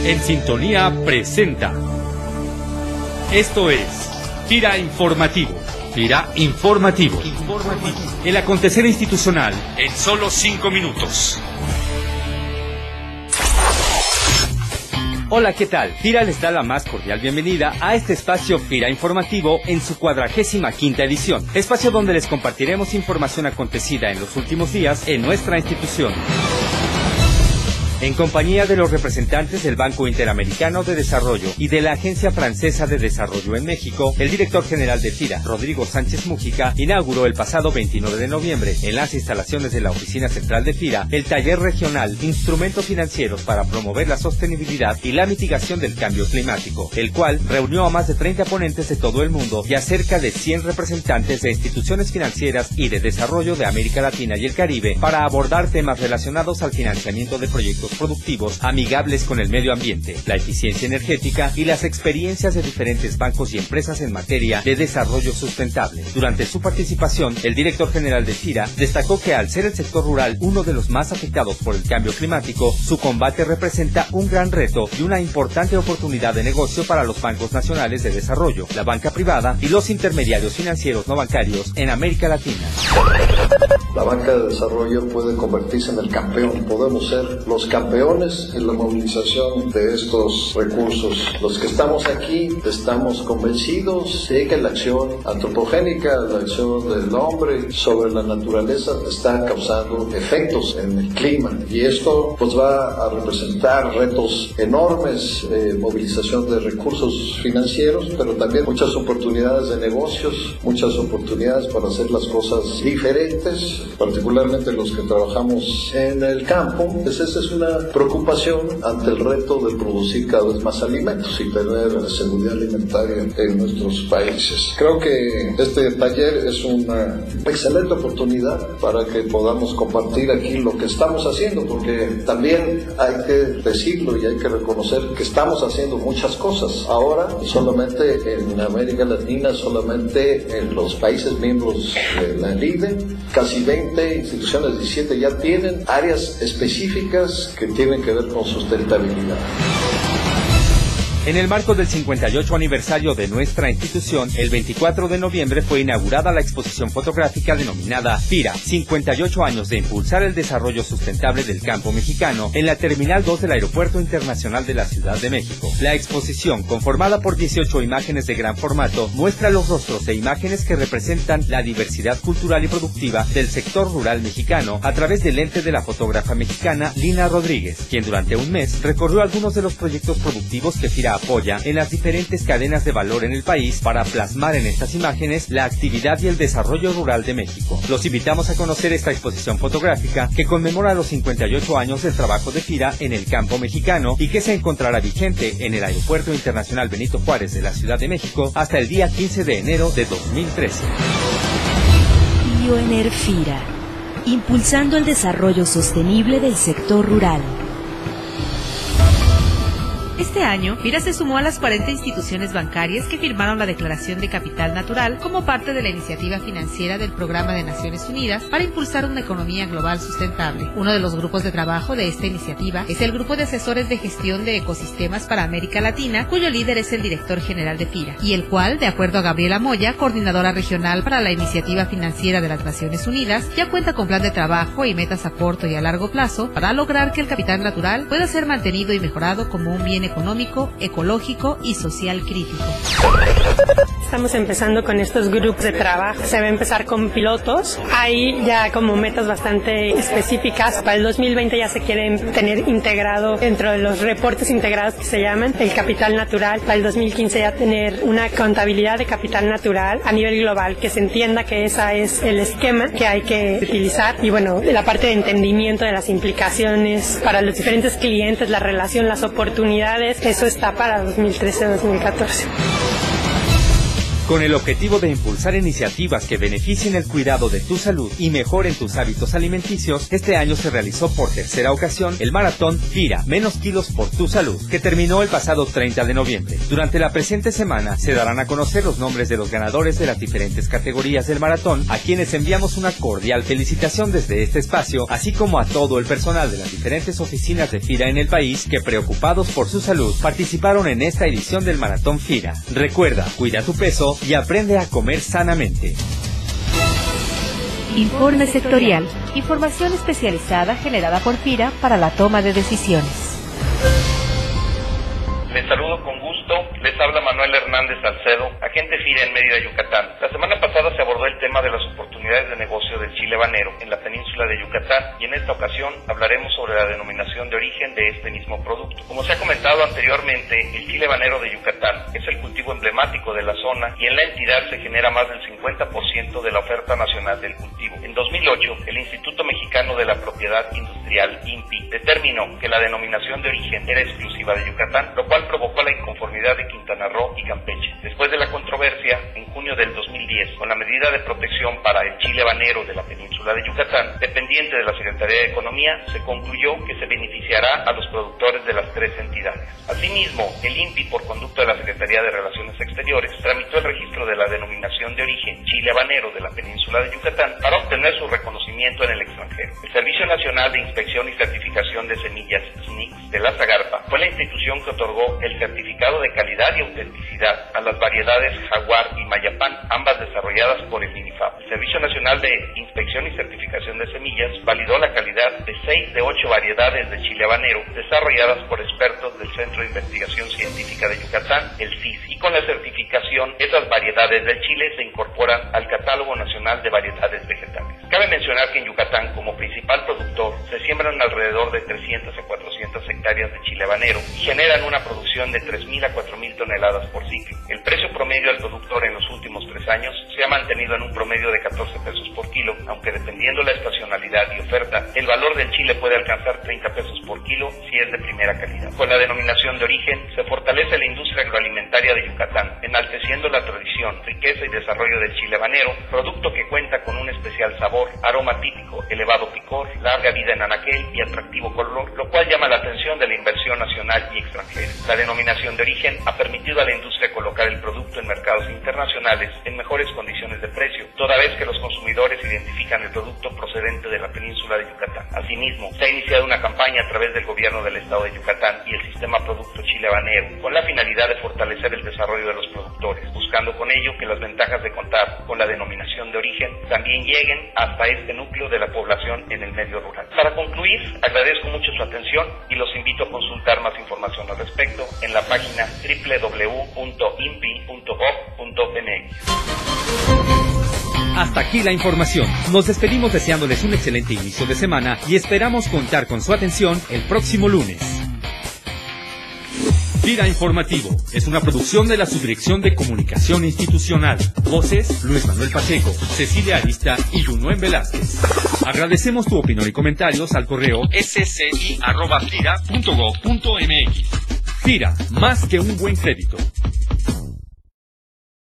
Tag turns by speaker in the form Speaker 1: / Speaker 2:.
Speaker 1: En Sintonía presenta. Esto es FIRA Informativo. FIRA Informativo. El acontecer institucional en solo 5 minutos. Hola, ¿qué tal? FIRA les da la más cordial bienvenida a este espacio FIRA Informativo en su 45ª edición. Espacio donde les compartiremos información acontecida en los últimos días en nuestra institución. En compañía de los representantes del Banco Interamericano de Desarrollo y de la Agencia Francesa de Desarrollo en México, el director general de FIRA, Rodrigo Sánchez Mújica, inauguró el pasado 29 de noviembre, en las instalaciones de la Oficina Central de FIRA, el taller regional Instrumentos Financieros para promover la sostenibilidad y la mitigación del cambio climático, el cual reunió a más de 30 ponentes de todo el mundo y a cerca de 100 representantes de instituciones financieras y de desarrollo de América Latina y el Caribe para abordar temas relacionados al financiamiento de proyectos productivos amigables con el medio ambiente, la eficiencia energética y las experiencias de diferentes bancos y empresas en materia de desarrollo sustentable. Durante su participación, el director general de FIRA destacó que al ser el sector rural uno de los más afectados por el cambio climático, su combate representa un gran reto y una importante oportunidad de negocio para los bancos nacionales de desarrollo, la banca privada y los intermediarios financieros no bancarios en América Latina.
Speaker 2: La banca de desarrollo puede convertirse en el campeón. Podemos ser los campeones en la movilización de estos recursos. Los que estamos aquí estamos convencidos de que la acción antropogénica, la acción del hombre sobre la naturaleza está causando efectos en el clima, y esto pues va a representar retos enormes, movilización de recursos financieros, pero también muchas oportunidades de negocios, muchas oportunidades para hacer las cosas diferentes, particularmente los que trabajamos en el campo. Pues esa es una preocupación ante el reto de producir cada vez más alimentos y tener seguridad alimentaria en nuestros países. Creo que este taller es una excelente oportunidad para que podamos compartir aquí lo que estamos haciendo, porque también hay que decirlo y hay que reconocer que estamos haciendo muchas cosas. Ahora, solamente en América Latina, solamente en los países miembros de la LIDE, casi 20 instituciones, 17 ya tienen áreas específicas que tienen que ver con sustentabilidad.
Speaker 1: En el marco del 58 aniversario de nuestra institución, el 24 de noviembre fue inaugurada la exposición fotográfica denominada FIRA, 58 años de impulsar el desarrollo sustentable del campo mexicano, en la Terminal 2 del Aeropuerto Internacional de la Ciudad de México. La exposición, conformada por 18 imágenes de gran formato, muestra los rostros e imágenes que representan la diversidad cultural y productiva del sector rural mexicano a través del lente de la fotógrafa mexicana Lina Rodríguez, quien durante un mes recorrió algunos de los proyectos productivos que FIRA apoya en las diferentes cadenas de valor en el país para plasmar en estas imágenes la actividad y el desarrollo rural de México. Los invitamos a conocer esta exposición fotográfica que conmemora los 58 años del trabajo de FIRA en el campo mexicano y que se encontrará vigente en el Aeropuerto Internacional Benito Juárez de la Ciudad de México hasta el día 15 de enero de 2013.
Speaker 3: Bioener FIRA, impulsando el desarrollo sostenible del sector rural.
Speaker 4: Este año, FIRA se sumó a las 40 instituciones bancarias que firmaron la Declaración de Capital Natural como parte de la iniciativa financiera del Programa de Naciones Unidas para impulsar una economía global sustentable. Uno de los grupos de trabajo de esta iniciativa es el Grupo de Asesores de Gestión de Ecosistemas para América Latina, cuyo líder es el director general de FIRA, y el cual, de acuerdo a Gabriela Moya, coordinadora regional para la iniciativa financiera de las Naciones Unidas, ya cuenta con plan de trabajo y metas a corto y a largo plazo para lograr que el capital natural pueda ser mantenido y mejorado como un bien económico, ecológico y social crítico.
Speaker 5: Estamos empezando con estos grupos de trabajo. Se va a empezar con pilotos. Hay ya como metas bastante específicas. Para el 2020 ya se quieren tener integrado dentro de los reportes integrados que se llaman el capital natural. Para el 2015 ya tener una contabilidad de capital natural a nivel global, que se entienda que ese es el esquema que hay que utilizar. Y bueno, la parte de entendimiento de las implicaciones para los diferentes clientes, la relación, las oportunidades, eso está para 2013-2014.
Speaker 1: Con el objetivo de impulsar iniciativas que beneficien el cuidado de tu salud y mejoren tus hábitos alimenticios, este año se realizó por tercera ocasión el maratón FIRA, Menos Kilos por tu Salud, que terminó el pasado 30 de noviembre. Durante la presente semana se darán a conocer los nombres de los ganadores de las diferentes categorías del maratón, a quienes enviamos una cordial felicitación desde este espacio, así como a todo el personal de las diferentes oficinas de FIRA en el país que, preocupados por su salud, participaron en esta edición del maratón FIRA. Recuerda, cuida tu peso y aprende a comer sanamente.
Speaker 3: Informe sectorial. Información especializada generada por FIRA para la toma de decisiones.
Speaker 6: Les saludo con gusto, les habla Manuel Hernández Salcedo, agente FIRA en Mérida, Yucatán. La semana pasada se abordó el tema de las oportunidades de negocio del chile habanero en la península de Yucatán y en esta ocasión hablaremos sobre la denominación de origen de este mismo producto. Como se ha comentado anteriormente, el chile habanero de Yucatán es el cultivo emblemático de la zona y en la entidad se genera más del 50% de la oferta nacional del cultivo. En 2008, el Instituto Mexicano de la Propiedad Industrial, INPI, determinó que la denominación de origen era exclusiva de Yucatán, lo cual provocó la inconformidad de Quintana Roo y Campeche. Después de la controversia, en junio del 2010, con la medida de protección para el chile habanero de la península de Yucatán, dependiente de la Secretaría de Economía, se concluyó que se beneficiará a los productores de las tres entidades. Asimismo, el INPI, por conducto de la Secretaría de Relaciones Exteriores, tramitó el registro de la denominación de origen chile habanero de la península de Yucatán para obtener su reconocimiento en el extranjero. El Servicio Nacional de Inspección y Certificación de Semillas, SNICS, de la Zagarpa, fue la institución que otorgó el certificado de calidad y autenticidad a las variedades Jaguar y Mayapán, ambas desarrolladas por el INIFAP. El Servicio Nacional de Inspección y Certificación de Semillas validó la calidad de 6 de 8 variedades de chile habanero desarrolladas por expertos del Centro de Investigación Científica de Yucatán, el CIS, y con la certificación esas variedades del chile se incorporan al Catálogo Nacional de Variedades Vegetales. Cabe mencionar que en Yucatán, como principal productor, se siembran alrededor de 300 a 400 hectáreas de chile habanero y generan una producción de 3.000 a 4.000 toneladas por ciclo. El precio promedio al productor en los últimos 3 años se ha mantenido en un promedio de 14 pesos por kilo, aunque dependiendo la estacionalidad y oferta, el valor del chile puede alcanzar 30 pesos por kilo si es de primera calidad. Con la denominación de origen se fortalece la industria agroalimentaria de Yucatán, enalteciendo la tradición, riqueza y desarrollo del chile habanero, producto que cuenta con un especial sabor, aroma típico, elevado picor, larga vida en anaquel y atractivo color, lo cual llama la atención de la inversión nacional y extranjera. La denominación de origen ha permitido a la industria colocar el producto en mercados internacionales en mejores condiciones de precio, toda vez que los consumidores identifican el producto procedente de la península de Yucatán. Asimismo, se ha iniciado una campaña a través del gobierno del estado de Yucatán y el sistema Producto Chile Habanero, con la finalidad de fortalecer el desarrollo de los productores, buscando con ello que las ventajas de contar con la denominación de origen también lleguen hasta este núcleo de la población en el medio rural. Para concluir, agradezco mucho su atención y los invito a consultar más información al respecto en la página www.inpi.gov.mx.
Speaker 1: Hasta aquí la información. Nos despedimos deseándoles un excelente inicio de semana y esperamos contar con su atención el próximo lunes. FIRA Informativo es una producción de la Subdirección de Comunicación Institucional. Voces: Luis Manuel Pacheco, Cecilia Arista y Junuen Velázquez. Agradecemos tu opinión y comentarios al correo sci@fira.gov.mx. FIRA, más que un buen crédito.